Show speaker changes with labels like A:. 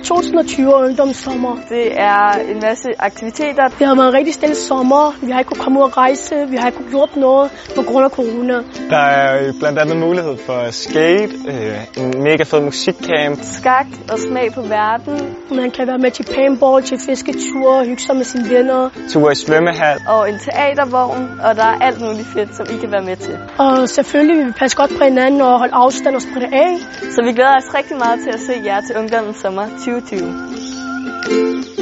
A: 2020 ungdomssommer.
B: Det er en masse aktiviteter.
A: Det har været en rigtig stille sommer. Vi har ikke kunnet komme ud og rejse. Vi har ikke kunnet gjort noget på grund af corona.
C: Der er blandt andet mulighed for skate, en mega fed musikcamp.
B: Skak og smag på verden.
A: Man kan være med til paintball, til fisketure, hygge sig med sine venner.
C: Ture i svømmehal.
B: Og en teatervogn, og der er alt muligt fedt, som I kan være med til.
A: Og selvfølgelig vil vi passe godt på hinanden og holde afstand og spritte af.
B: Så vi glæder os rigtig meget til at se jer til Ungdommens Sommer 2020.